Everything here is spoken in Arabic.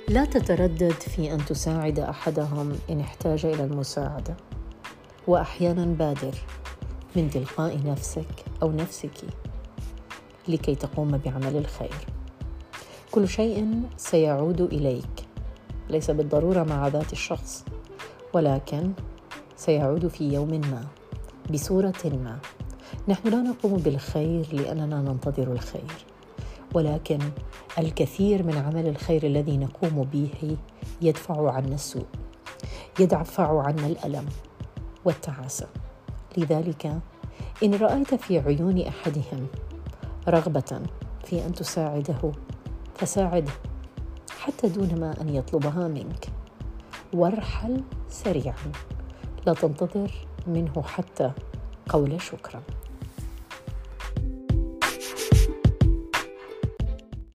لا تتردد في أن تساعد أحدهم إن احتاج إلى المساعدة، وأحياناً بادر من تلقاء نفسك أو نفسك لكي تقوم بعمل الخير. كل شيء سيعود إليك، ليس بالضرورة مع ذات الشخص، ولكن سيعود في يوم ما بصورة ما. نحن لا نقوم بالخير لأننا ننتظر الخير، ولكن الكثير من عمل الخير الذي نقوم به يدفع عنا السوء، يدفع عنا الألم والتعاسة. لذلك إن رأيت في عيون أحدهم رغبة في أن تساعده فساعده، حتى دون ما أن يطلبها منك، وارحل سريعا، لا تنتظر منه حتى قول شكرا.